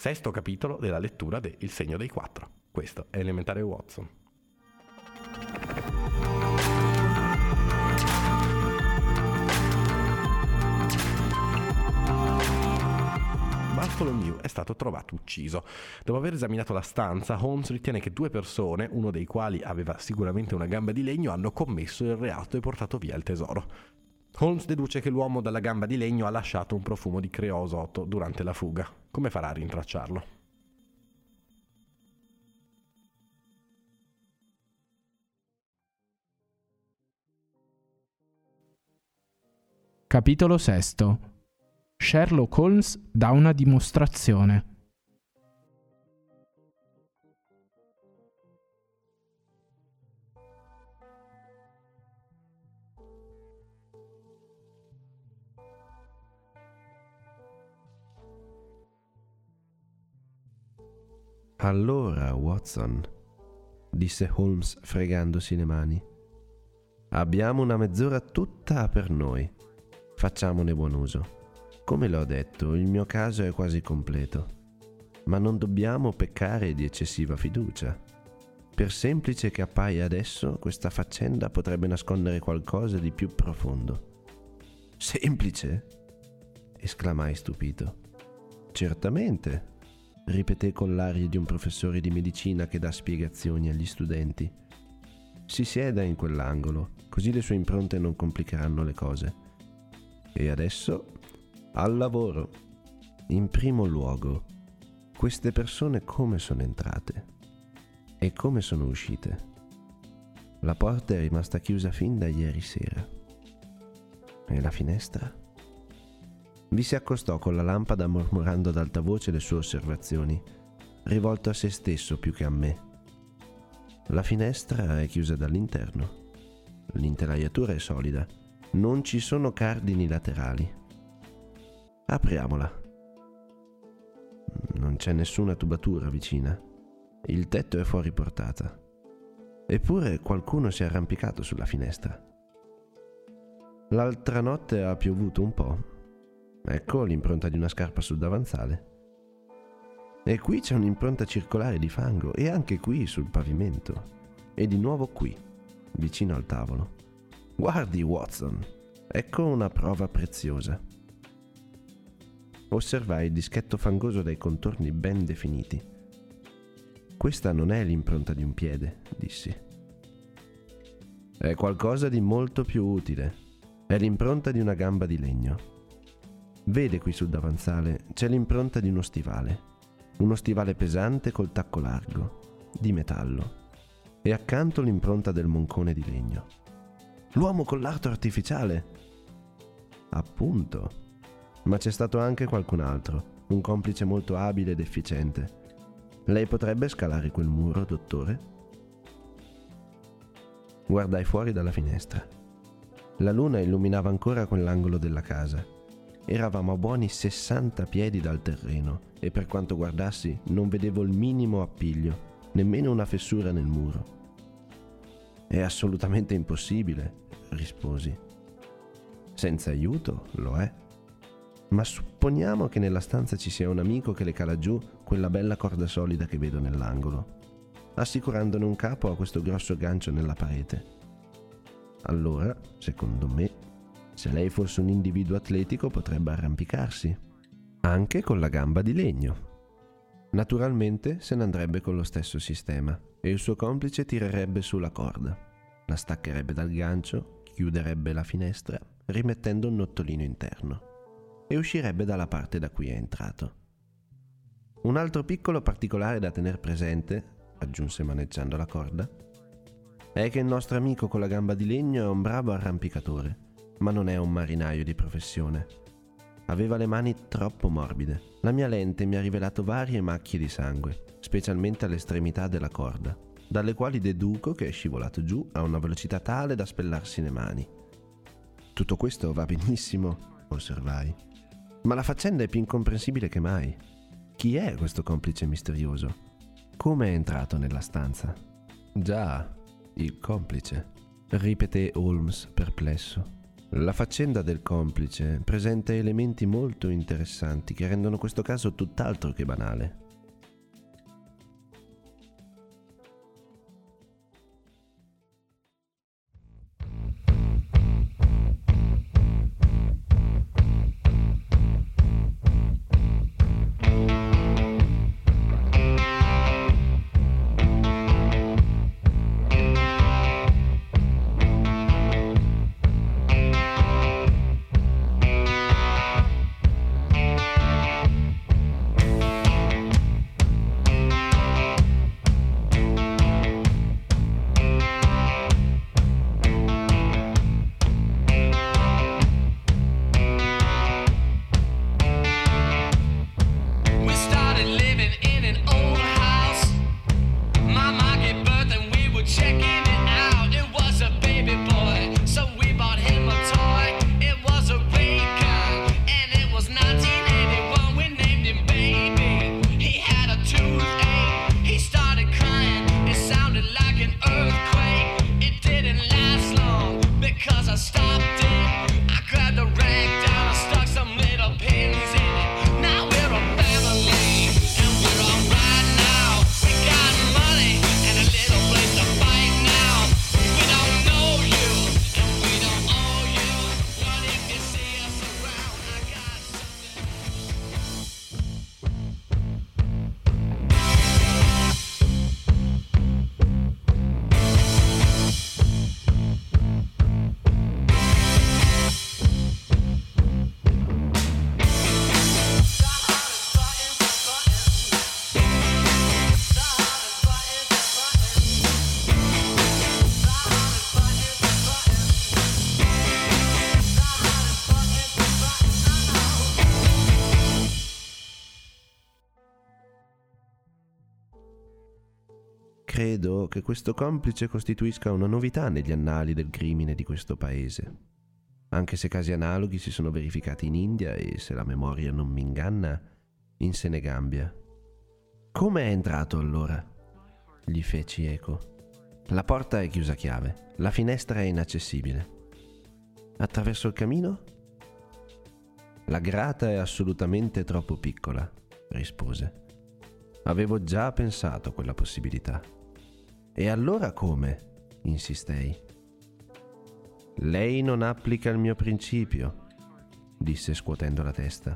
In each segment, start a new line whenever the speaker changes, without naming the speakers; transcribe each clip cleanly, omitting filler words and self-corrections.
Sesto capitolo della lettura de Il segno dei 4. Questo è Elementare Watson. Bartholomew è stato trovato ucciso. Dopo aver esaminato la stanza, Holmes ritiene che 2 persone, uno dei quali aveva sicuramente una gamba di legno, hanno commesso il reato e portato via il tesoro. Holmes deduce che l'uomo dalla gamba di legno ha lasciato un profumo di creosoto durante la fuga. Come farà a rintracciarlo?
Capitolo 6. Sherlock Holmes dà una dimostrazione.
Allora, Watson, disse Holmes fregandosi le mani, abbiamo una mezz'ora tutta per noi. Facciamone buon uso. Come l'ho detto, il mio caso è quasi completo, ma non dobbiamo peccare di eccessiva fiducia. Per semplice che appaia adesso, questa faccenda potrebbe nascondere qualcosa di più profondo. Semplice? Esclamai stupito. Certamente, ripeté con l'aria di un professore di medicina che dà spiegazioni agli studenti. Si sieda in quell'angolo, così le sue impronte non complicheranno le cose. E adesso, al lavoro. In primo luogo, queste persone come sono entrate? E come sono uscite? La porta è rimasta chiusa fin da ieri sera. E la finestra? Vi si accostò con la lampada mormorando ad alta voce le sue osservazioni, rivolto a se stesso più che a me. La finestra è chiusa dall'interno. L'intelaiatura è solida. Non ci sono cardini laterali. Apriamola. Non c'è nessuna tubatura vicina. Il tetto è fuori portata. Eppure qualcuno si è arrampicato sulla finestra. L'altra notte ha piovuto un po'. Ecco l'impronta di una scarpa sul davanzale. E qui c'è un'impronta circolare di fango, e anche qui sul pavimento. E di nuovo qui, vicino al tavolo. Guardi, Watson, ecco una prova preziosa. Osservai il dischetto fangoso dai contorni ben definiti. Questa non è l'impronta di un piede, dissi. È qualcosa di molto più utile. È l'impronta di una gamba di legno. Vede qui sul davanzale c'è l'impronta di uno stivale pesante col tacco largo, di metallo, e accanto l'impronta del moncone di legno. L'uomo con l'arto artificiale! Appunto, ma c'è stato anche qualcun altro, un complice molto abile ed efficiente. Lei potrebbe scalare quel muro, dottore? Guardai fuori dalla finestra. La luna illuminava ancora quell'angolo della casa. Eravamo a buoni 60 piedi dal terreno e per quanto guardassi non vedevo il minimo appiglio, nemmeno una fessura nel muro. È assolutamente impossibile, risposi. Senza aiuto lo è. Ma supponiamo che nella stanza ci sia un amico che le cala giù quella bella corda solida che vedo nell'angolo, assicurandone un capo a questo grosso gancio nella parete. Allora, secondo me, se lei fosse un individuo atletico potrebbe arrampicarsi, anche con la gamba di legno. Naturalmente se ne andrebbe con lo stesso sistema e il suo complice tirerebbe su la corda, la staccherebbe dal gancio, chiuderebbe la finestra, rimettendo un nottolino interno, e uscirebbe dalla parte da cui è entrato. Un altro piccolo particolare da tener presente, aggiunse maneggiando la corda, è che il nostro amico con la gamba di legno è un bravo arrampicatore, ma non è un marinaio di professione. Aveva le mani troppo morbide. La mia lente mi ha rivelato varie macchie di sangue, specialmente all'estremità della corda, dalle quali deduco che è scivolato giù a una velocità tale da spellarsi le mani. Tutto questo va benissimo, osservai, ma la faccenda è più incomprensibile che mai. Chi è questo complice misterioso? Come è entrato nella stanza? Già, il complice, ripeté Holmes perplesso. La faccenda del complice presenta elementi molto interessanti che rendono questo caso tutt'altro che banale. Credo che questo complice costituisca una novità negli annali del crimine di questo paese, anche se casi analoghi si sono verificati in India e, se la memoria non mi inganna, in Senegambia. Come è entrato allora? Gli feci eco. La porta è chiusa a chiave, la finestra è inaccessibile. Attraverso il camino? La grata è assolutamente troppo piccola, rispose. Avevo già pensato a quella possibilità. E allora come? Insistei. Lei non applica il mio principio, disse scuotendo la testa.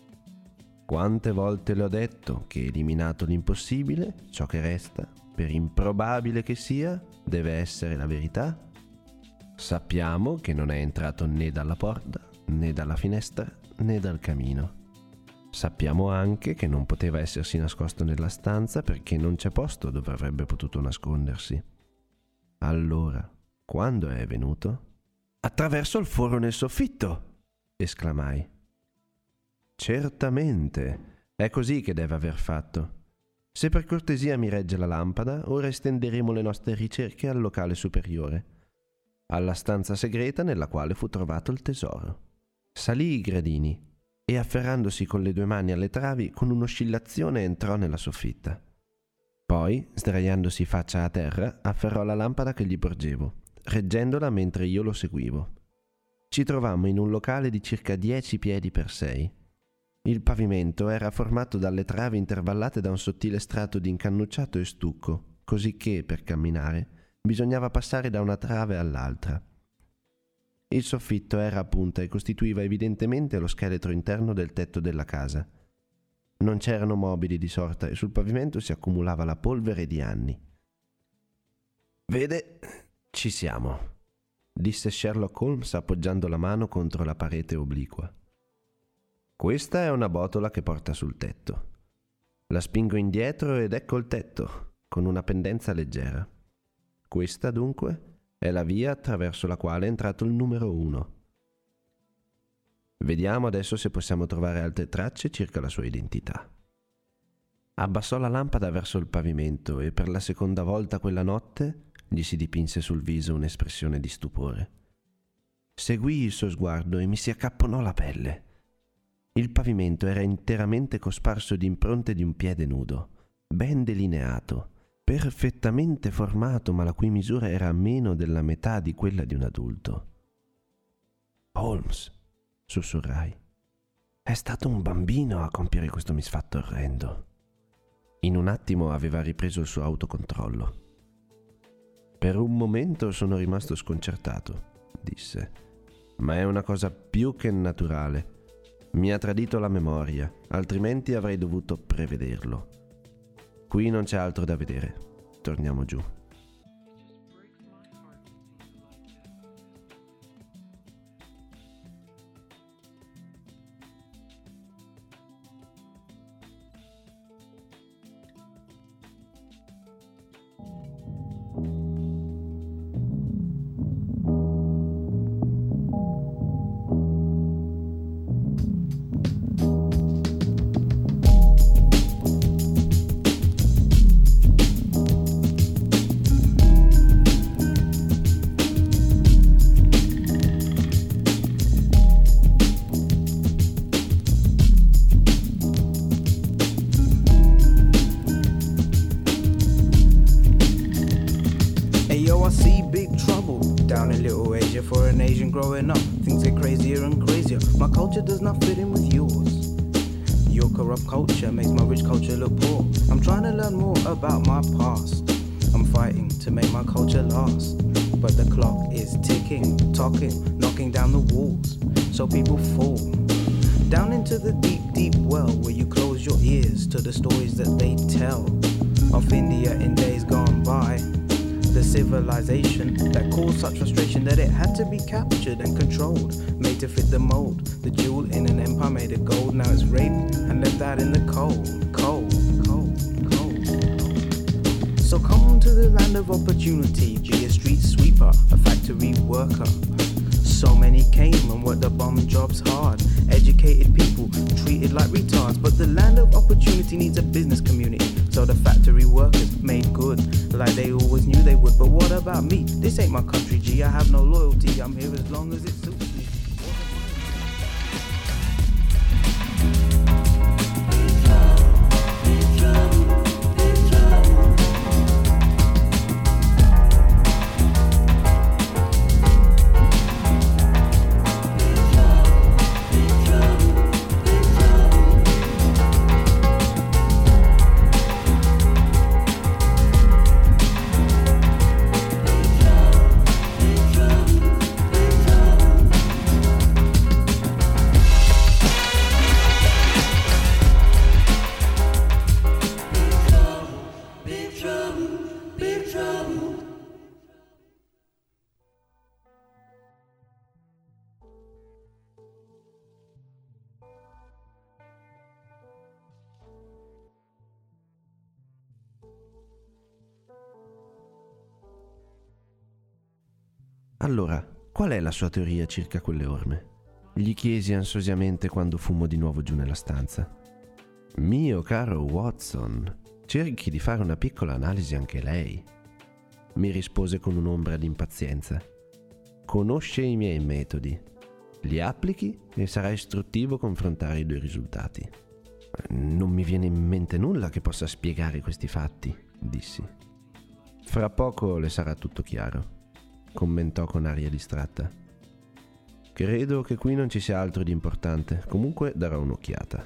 Quante volte le ho detto che, eliminato l'impossibile, ciò che resta, per improbabile che sia, deve essere la verità? Sappiamo che non è entrato né dalla porta, né dalla finestra, né dal camino. Sappiamo anche che non poteva essersi nascosto nella stanza perché non c'è posto dove avrebbe potuto nascondersi. Allora, quando è venuto? Attraverso il foro nel soffitto, esclamai. Certamente, è così che deve aver fatto. Se per cortesia mi regge la lampada, ora estenderemo le nostre ricerche al locale superiore, alla stanza segreta nella quale fu trovato il tesoro. Salì i gradini e, afferrandosi con le 2 mani alle travi, con un'oscillazione entrò nella soffitta. Poi, sdraiandosi faccia a terra, afferrò la lampada che gli porgevo, reggendola mentre io lo seguivo. Ci trovammo in un locale di circa 10 piedi per 6. Il pavimento era formato dalle travi intervallate da un sottile strato di incannucciato e stucco, così che, per camminare, bisognava passare da una trave all'altra. Il soffitto era a punta e costituiva evidentemente lo scheletro interno del tetto della casa. Non c'erano mobili di sorta e sul pavimento si accumulava la polvere di anni. Vede, ci siamo, disse Sherlock Holmes appoggiando la mano contro la parete obliqua. Questa è una botola che porta sul tetto. La spingo indietro ed ecco il tetto, con una pendenza leggera. Questa, dunque, è la via attraverso la quale è entrato il numero 1. Vediamo adesso se possiamo trovare altre tracce circa la sua identità. Abbassò la lampada verso il pavimento e per la seconda volta quella notte gli si dipinse sul viso un'espressione di stupore. Seguii il suo sguardo e mi si accapponò la pelle. Il pavimento era interamente cosparso di impronte di un piede nudo, ben delineato, perfettamente formato, ma la cui misura era meno della metà di quella di un adulto. Holmes, sussurrai. È stato un bambino a compiere questo misfatto orrendo. In un attimo aveva ripreso il suo autocontrollo. Per un momento sono rimasto sconcertato, disse, ma è una cosa più che naturale. Mi ha tradito la memoria, altrimenti avrei dovuto prevederlo. Qui non c'è altro da vedere. Torniamo giù.
Down in Little Asia, for an Asian growing up, things get crazier and crazier. My culture does not fit in with yours. Your corrupt culture makes my rich culture look poor. I'm trying to learn more about my past. I'm fighting to make my culture last. But the clock is ticking, talking, knocking down the walls, so people fall down into the deep, deep well where you close your ears to the stories that they tell of India in days gone by. The civilization that caused such frustration that it had to be captured and controlled, made to fit the mold. The jewel in an empire made of gold, now it's raped and left out in the cold, cold, cold, cold, cold. So come to the land of opportunity, be a street sweeper, a factory worker. So many came and worked the bum jobs hard. Educated people treated like retards. But the land of opportunity needs a business community. So the factory workers made good, like they always knew they would. But what about me? This ain't my country, G. I have no loyalty. I'm here as long as it suits me.
Allora, qual è la sua teoria circa quelle orme? Gli chiesi ansiosamente quando fummo di nuovo giù nella stanza. Mio caro Watson, cerchi di fare una piccola analisi anche lei, mi rispose con un'ombra di impazienza. Conosce i miei metodi, li applichi e sarà istruttivo confrontare i due risultati. Non mi viene in mente nulla che possa spiegare questi fatti, dissi. Fra poco le sarà tutto chiaro, commentò con aria distratta. Credo che qui non ci sia altro di importante, comunque darò un'occhiata.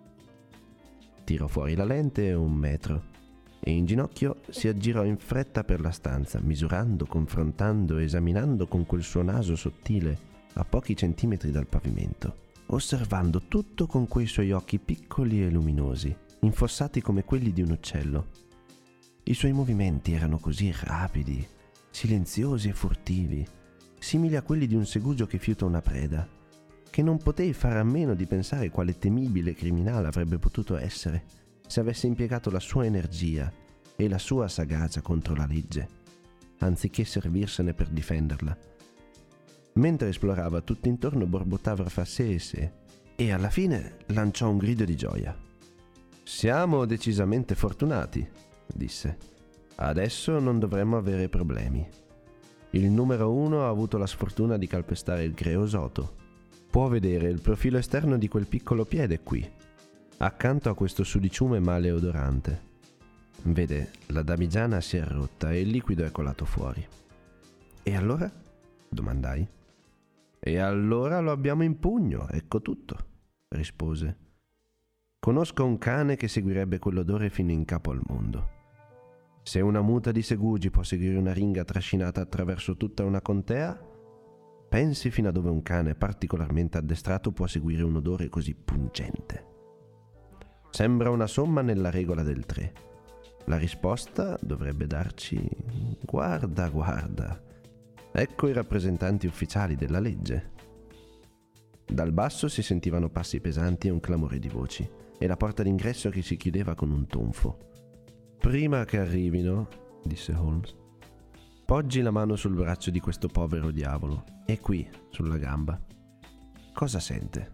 Tirò fuori la lente 1 metro e in ginocchio si aggirò in fretta per la stanza, misurando, confrontando, esaminando con quel suo naso sottile a pochi centimetri dal pavimento, osservando tutto con quei suoi occhi piccoli e luminosi, infossati come quelli di un uccello. I suoi movimenti erano così rapidi, silenziosi e furtivi, simili a quelli di un segugio che fiuta una preda, che non potei fare a meno di pensare quale temibile criminale avrebbe potuto essere se avesse impiegato la sua energia e la sua sagacia contro la legge, anziché servirsene per difenderla. Mentre esplorava tutto intorno borbottava fra sé e sé, e alla fine lanciò un grido di gioia. «Siamo decisamente fortunati», disse. «Adesso non dovremmo avere problemi. Il numero 1 ha avuto la sfortuna di calpestare il creosoto. Può vedere il profilo esterno di quel piccolo piede qui, accanto a questo sudiciume maleodorante. Vede, la damigiana si è rotta e il liquido è colato fuori». «E allora?» domandai. E allora lo abbiamo in pugno, ecco tutto, rispose. Conosco un cane che seguirebbe quell'odore fino in capo al mondo. Se una muta di segugi può seguire una ringa trascinata attraverso tutta una contea, pensi fino a dove un cane particolarmente addestrato può seguire un odore così pungente. Sembra una somma nella regola del 3. La risposta dovrebbe darci: guarda, guarda, ecco i rappresentanti ufficiali della legge. Dal basso si sentivano passi pesanti e un clamore di voci, e la porta d'ingresso che si chiudeva con un tonfo. Prima che arrivino, disse Holmes, poggi la mano sul braccio di questo povero diavolo, e qui, sulla gamba. Cosa sente?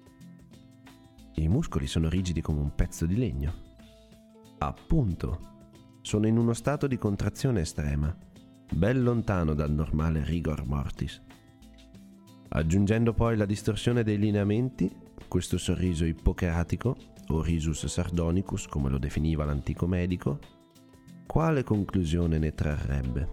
I muscoli sono rigidi come un pezzo di legno. Appunto, sono in uno stato di contrazione estrema, ben lontano dal normale rigor mortis. Aggiungendo poi la distorsione dei lineamenti, questo sorriso ippocratico, o risus sardonicus come lo definiva l'antico medico, quale conclusione ne trarrebbe?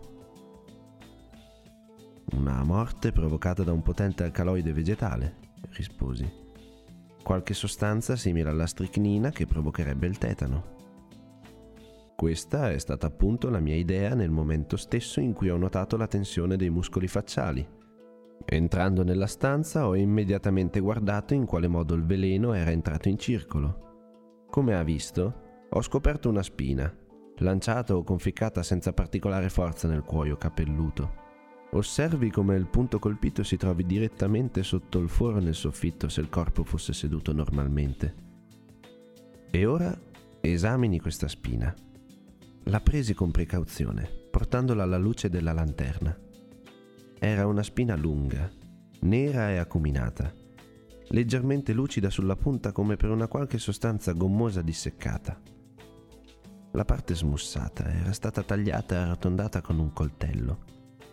Una morte provocata da un potente alcaloide vegetale, risposi. Qualche sostanza simile alla stricnina che provocherebbe il tetano. Questa è stata appunto la mia idea nel momento stesso in cui ho notato la tensione dei muscoli facciali. Entrando nella stanza ho immediatamente guardato in quale modo il veleno era entrato in circolo. Come ha visto, ho scoperto una spina, lanciata o conficcata senza particolare forza nel cuoio capelluto. Osservi come il punto colpito si trovi direttamente sotto il foro nel soffitto se il corpo fosse seduto normalmente. E ora esamini questa spina. La presi con precauzione, portandola alla luce della lanterna. Era una spina lunga, nera e acuminata, leggermente lucida sulla punta come per una qualche sostanza gommosa disseccata. La parte smussata era stata tagliata e arrotondata con un coltello.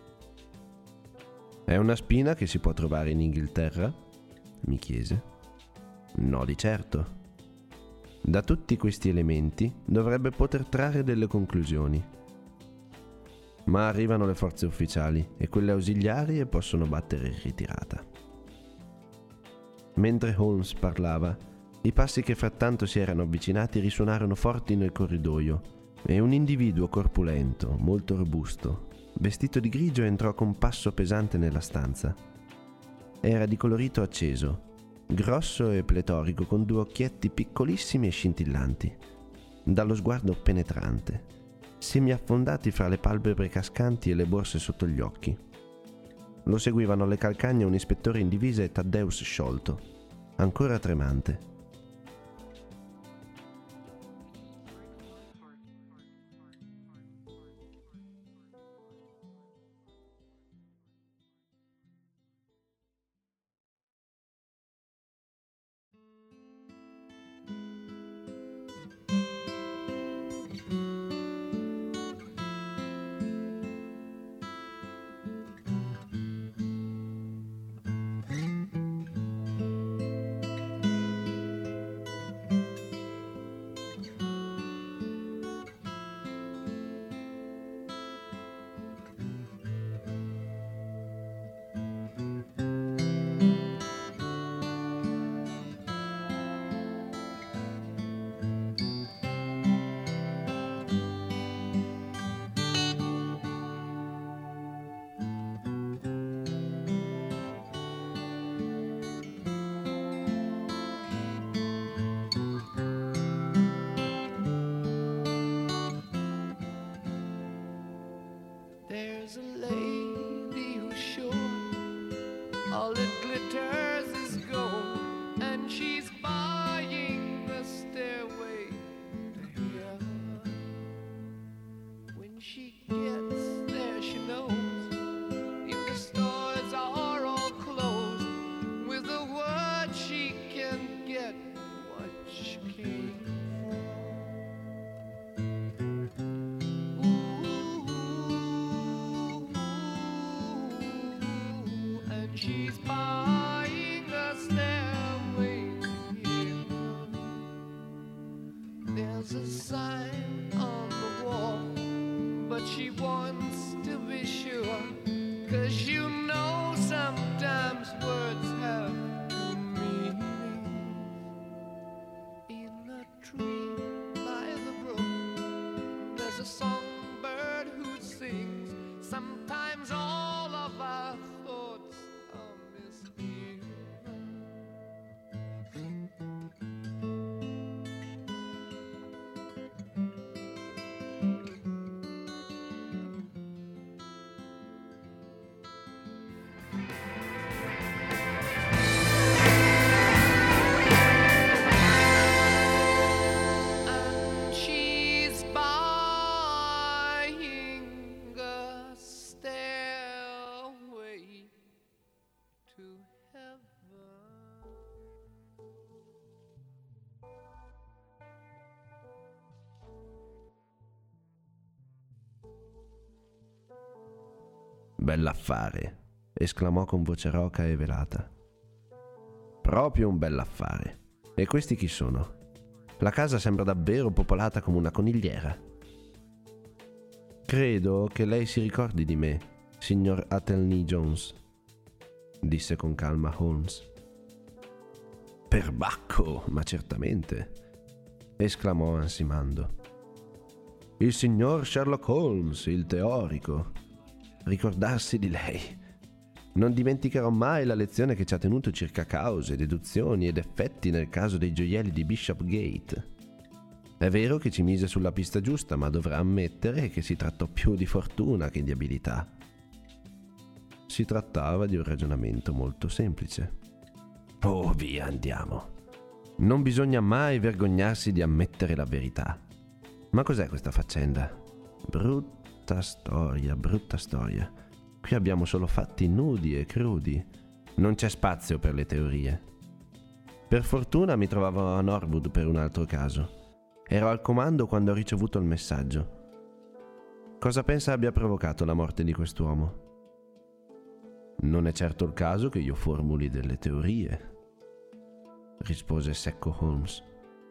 È una spina che si può trovare in Inghilterra? Mi chiese. No, di certo. Da tutti questi elementi dovrebbe poter trarre delle conclusioni. Ma arrivano le forze ufficiali e quelle ausiliari e possono battere in ritirata. Mentre Holmes parlava, i passi che frattanto si erano avvicinati risuonarono forti nel corridoio e un individuo corpulento, molto robusto, vestito di grigio, entrò con passo pesante nella stanza. Era di colorito acceso, grosso e pletorico, con 2 occhietti piccolissimi e scintillanti, dallo sguardo penetrante, semiaffondati fra le palpebre cascanti e le borse sotto gli occhi. Lo seguivano alle calcagna un ispettore in divisa e Thaddeus sciolto, ancora tremante.
There's a lady who's sure all that glitters is gold, and she's buying the stairway to heaven. When she gets there, she knows if the stores are all closed, with a word she can get what she came for. She's fine.
Bell'affare, esclamò con voce roca e velata. Proprio un bell'affare. E questi chi sono? La casa sembra davvero popolata come una conigliera. Credo che lei si ricordi di me, signor Athelney Jones, disse con calma Holmes. Perbacco, ma certamente, esclamò ansimando. Il signor Sherlock Holmes, il teorico. Ricordarsi di lei. Non dimenticherò mai la lezione che ci ha tenuto circa cause, deduzioni ed effetti nel caso dei gioielli di Bishopgate. È vero che ci mise sulla pista giusta, ma dovrà ammettere che si trattò più di fortuna che di abilità. Si trattava di un ragionamento molto semplice. Oh, via, andiamo. Non bisogna mai vergognarsi di ammettere la verità. Ma cos'è questa faccenda? Brutta storia, brutta storia. Qui abbiamo solo fatti nudi e crudi. Non c'è spazio per le teorie. Per fortuna mi trovavo a Norwood per un altro caso. Ero al comando quando ho ricevuto il messaggio. Cosa pensa abbia provocato la morte di quest'uomo? Non è certo il caso che io formuli delle teorie, rispose secco Holmes.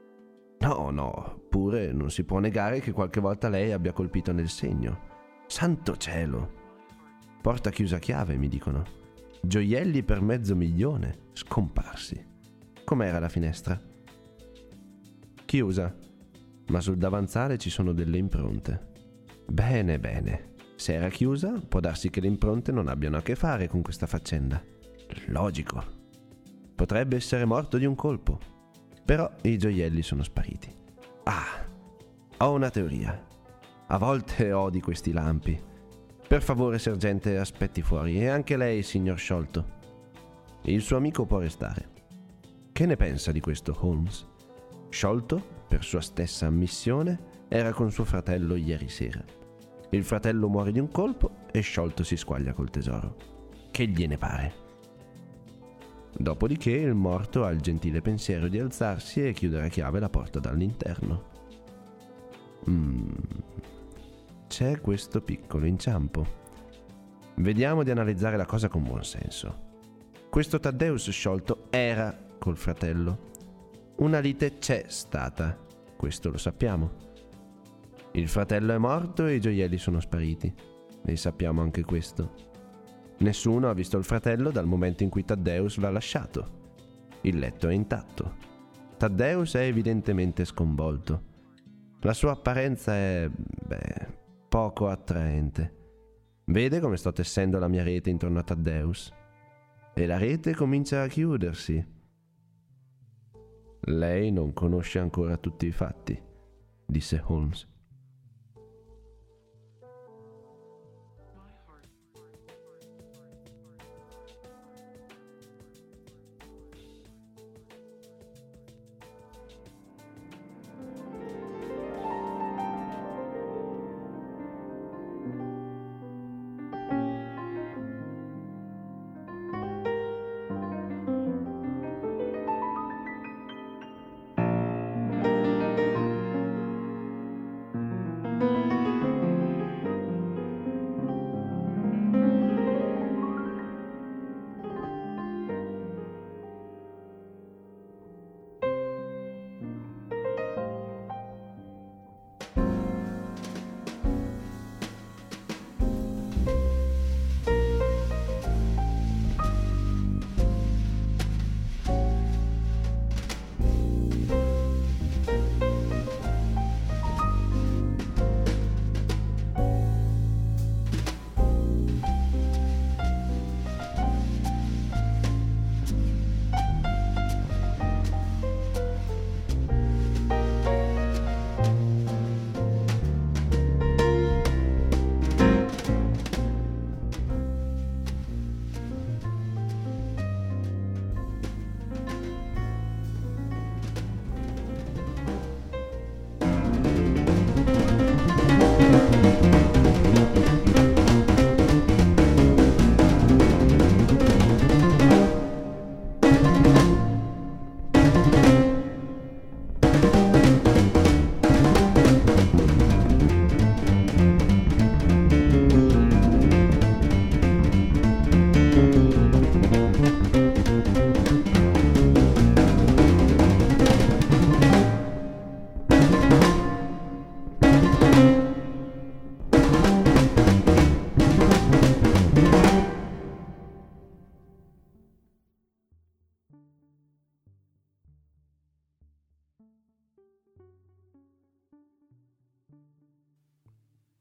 No, pure non si può negare che qualche volta lei abbia colpito nel segno. Santo cielo! Porta chiusa a chiave, mi dicono. Gioielli per $500,000, scomparsi. Com'era la finestra? Chiusa, ma sul davanzale ci sono delle impronte. Bene. Se era chiusa, può darsi che le impronte non abbiano a che fare con questa faccenda. Logico. Potrebbe essere morto di un colpo. Però i gioielli sono spariti. Ho una teoria. A volte odi questi lampi. Per favore, sergente, aspetti fuori. E anche lei, signor Sholto. Il suo amico può restare. Che ne pensa di questo Holmes? Sholto, per sua stessa ammissione, era con suo fratello ieri sera. Il fratello muore di un colpo e Sholto si squaglia col tesoro. Che gliene pare? Dopodiché il morto ha il gentile pensiero di alzarsi e chiudere a chiave la porta dall'interno. C'è questo piccolo inciampo. Vediamo di analizzare la cosa con buon senso. Questo Thaddeus Sholto era col fratello. Una lite c'è stata, questo lo sappiamo. Il fratello è morto e i gioielli sono spariti. E sappiamo anche questo. Nessuno ha visto il fratello dal momento in cui Thaddeus l'ha lasciato. Il letto è intatto. Thaddeus è evidentemente sconvolto. La sua apparenza è, poco attraente. Vede come sto tessendo la mia rete intorno a Thaddeus? E la rete comincia a chiudersi. Lei non conosce ancora tutti i fatti, disse Holmes.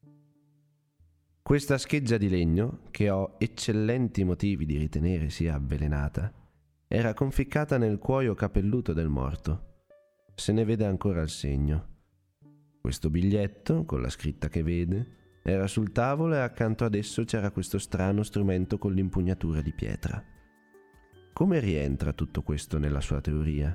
Questa scheggia di legno, che ho eccellenti motivi di ritenere sia avvelenata, era conficcata nel cuoio capelluto del morto. Se ne vede ancora il segno. Questo biglietto, con la scritta che vede, era sul tavolo e accanto ad esso c'era questo strano strumento con l'impugnatura di pietra. Come rientra tutto questo nella sua teoria?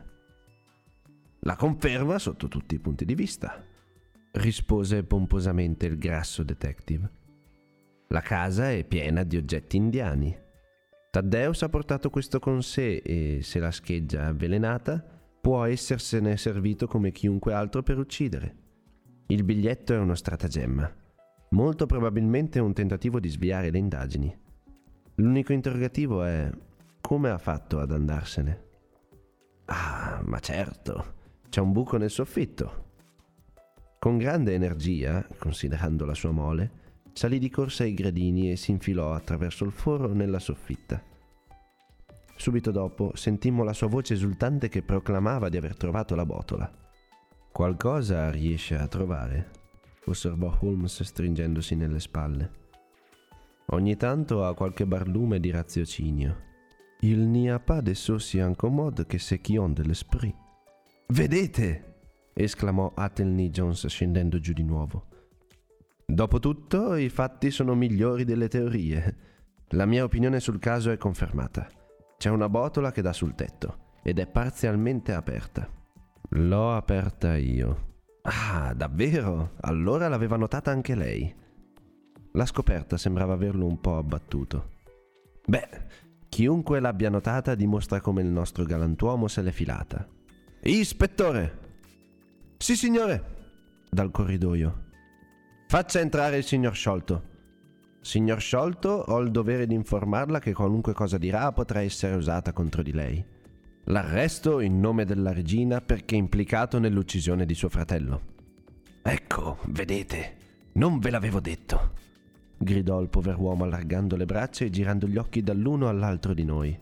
La conferma sotto tutti i punti di vista, rispose pomposamente il grasso detective. La casa è piena di oggetti indiani. Thaddeus ha portato questo con sé e, se la scheggia è avvelenata, può essersene servito come chiunque altro per uccidere. Il biglietto è uno stratagemma. Molto probabilmente un tentativo di sviare le indagini. L'unico interrogativo è: come ha fatto ad andarsene? Ah, ma certo, c'è un buco nel soffitto. Con grande energia, considerando la sua mole, salì di corsa ai gradini e si infilò attraverso il foro nella soffitta. Subito dopo sentimmo la sua voce esultante che proclamava di aver trovato la botola. «Qualcosa riesce a trovare», osservò Holmes stringendosi nelle spalle. «Ogni tanto ha qualche barlume di raziocinio. Il n'y a pas de souci incommode che ce qui ont de l'esprit». «Vedete!» esclamò Athelney Jones scendendo giù di nuovo. «Dopotutto i fatti sono migliori delle teorie. La mia opinione sul caso è confermata. C'è una botola che dà sul tetto ed è parzialmente aperta. L'ho aperta io». «Ah, davvero? Allora l'aveva notata anche lei». La scoperta sembrava averlo un po' abbattuto. «Beh, chiunque l'abbia notata dimostra come il nostro galantuomo se l'è filata». «Ispettore!» «Sì, signore!» dal corridoio. «Faccia entrare il signor Sciolto». «Signor Sciolto, ho il dovere di informarla che qualunque cosa dirà potrà essere usata contro di lei. L'arresto in nome della regina perché implicato nell'uccisione di suo fratello». «Ecco, vedete, non ve l'avevo detto», gridò il pover'uomo allargando le braccia e girando gli occhi dall'uno all'altro di noi.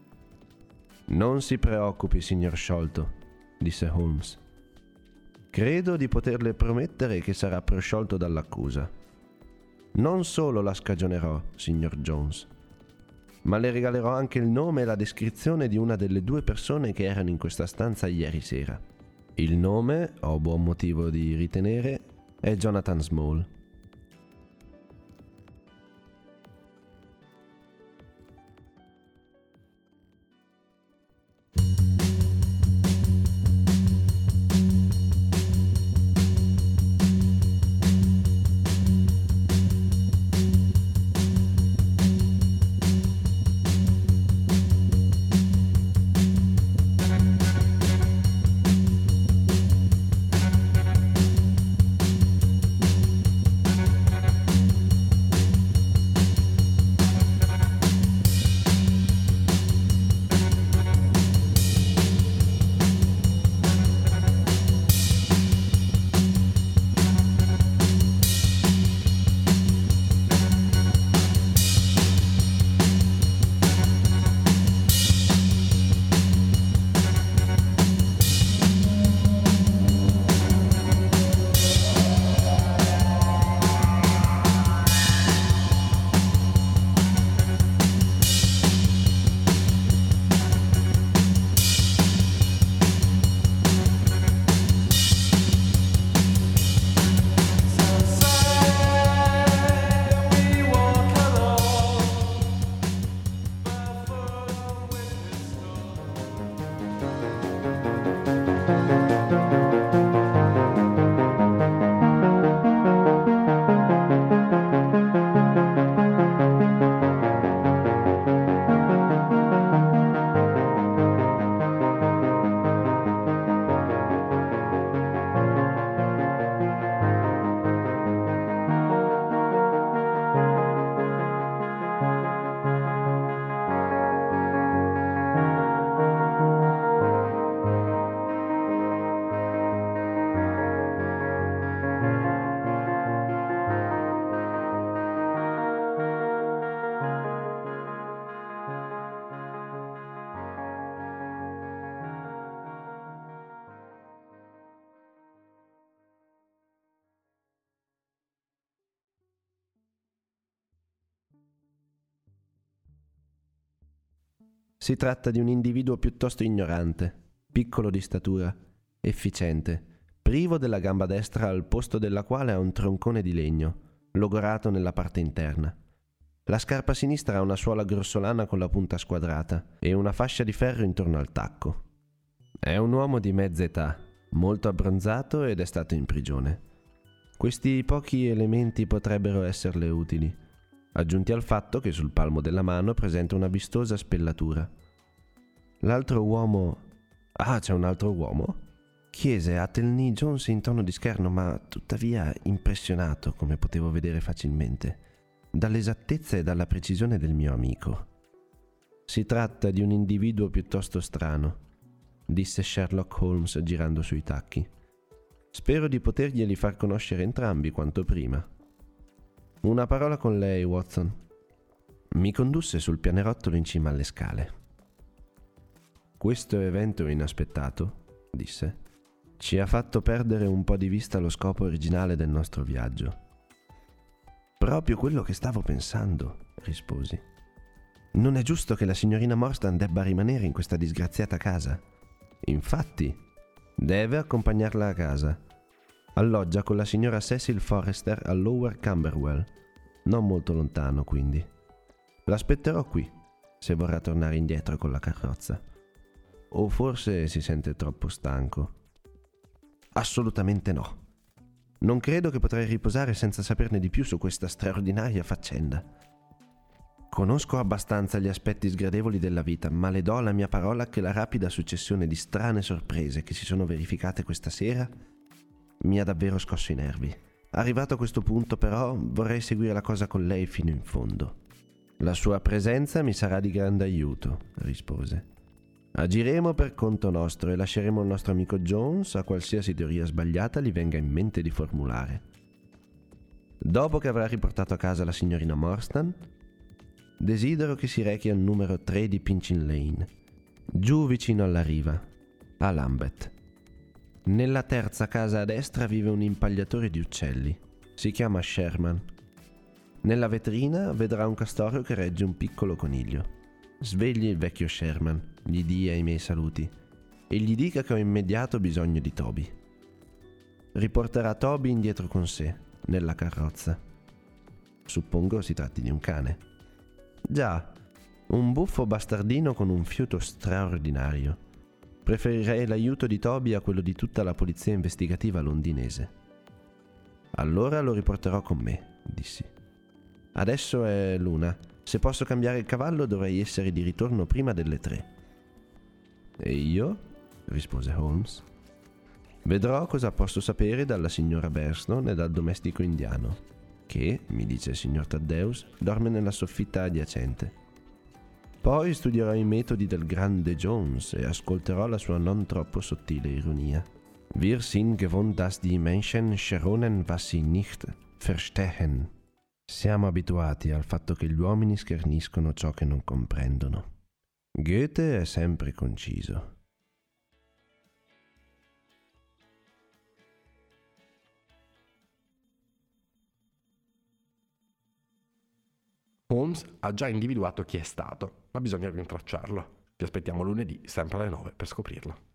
«Non si preoccupi, signor Sciolto», disse Holmes. «Credo di poterle promettere che sarà prosciolto dall'accusa. Non solo la scagionerò, signor Jones, ma le regalerò anche il nome e la descrizione di una delle 2 persone che erano in questa stanza ieri sera. Il nome, ho buon motivo di ritenere, è Jonathan Small». Si tratta di un individuo piuttosto ignorante, piccolo di statura, efficiente, privo della gamba destra al posto della quale ha un troncone di legno, logorato nella parte interna. La scarpa sinistra ha una suola grossolana con la punta squadrata e una fascia di ferro intorno al tacco. È un uomo di mezza età, molto abbronzato ed è stato in prigione. Questi pochi elementi potrebbero esserle utili, aggiunti al fatto che sul palmo della mano presenta una vistosa spellatura. L'altro uomo... Ah, c'è un altro uomo? Chiese Athelney Jones in tono di scherno, ma tuttavia impressionato, come potevo vedere facilmente, dall'esattezza e dalla precisione del mio amico. Si tratta di un individuo piuttosto strano, disse Sherlock Holmes girando sui tacchi. Spero di poterglieli far conoscere entrambi quanto prima. Una parola con lei, Watson. Mi condusse sul pianerottolo in cima alle scale. Questo evento inaspettato, disse, ci ha fatto perdere un po' di vista lo scopo originale del nostro viaggio. Proprio quello che stavo pensando, risposi. Non è giusto che la signorina Morstan debba rimanere in questa disgraziata casa. Infatti, deve accompagnarla a casa. Alloggia con la signora Cecil Forrester a Lower Camberwell, non molto lontano quindi. L'aspetterò qui, se vorrà tornare indietro con la carrozza. O forse si sente troppo stanco. Assolutamente no. Non credo che potrei riposare senza saperne di più su questa straordinaria faccenda. Conosco abbastanza gli aspetti sgradevoli della vita, ma le do la mia parola che la rapida successione di strane sorprese che si sono verificate questa sera mi ha davvero scosso i nervi. Arrivato a questo punto, però, vorrei seguire la cosa con lei fino in fondo. La sua presenza mi sarà di grande aiuto, rispose. Agiremo per conto nostro e lasceremo il nostro amico Jones a qualsiasi teoria sbagliata gli venga in mente di formulare. Dopo che avrà riportato a casa la signorina Morstan, desidero che si rechi al numero 3 di Pinchin Lane, giù vicino alla riva, a Lambeth. Nella terza casa a destra vive un impagliatore di uccelli. Si chiama Sherman. Nella vetrina vedrà un castoro che regge un piccolo coniglio. Svegli il vecchio Sherman, gli dia i miei saluti e gli dica che ho immediato bisogno di Toby. Riporterà Toby indietro con sé, nella carrozza. Suppongo si tratti di un cane. Già, un buffo bastardino con un fiuto straordinario. Preferirei l'aiuto di Toby a quello di tutta la polizia investigativa londinese. Allora lo riporterò con me, dissi. Adesso è l'una. Se posso cambiare il cavallo dovrei essere di ritorno prima delle 3. E io? Rispose Holmes. Vedrò cosa posso sapere dalla signora Berston e dal domestico indiano, che, mi dice il signor Thaddeus, dorme nella soffitta adiacente. Poi studierò i metodi del grande Jones e ascolterò la sua non troppo sottile ironia. Wir sind gewohnt, dass die Menschen scheronen, was sie nicht verstehen. Siamo abituati al fatto che gli uomini scherniscono ciò che non comprendono. Goethe è sempre conciso.
Holmes ha già individuato chi è stato, ma bisogna rintracciarlo. Vi aspettiamo lunedì, sempre alle 9, per scoprirlo.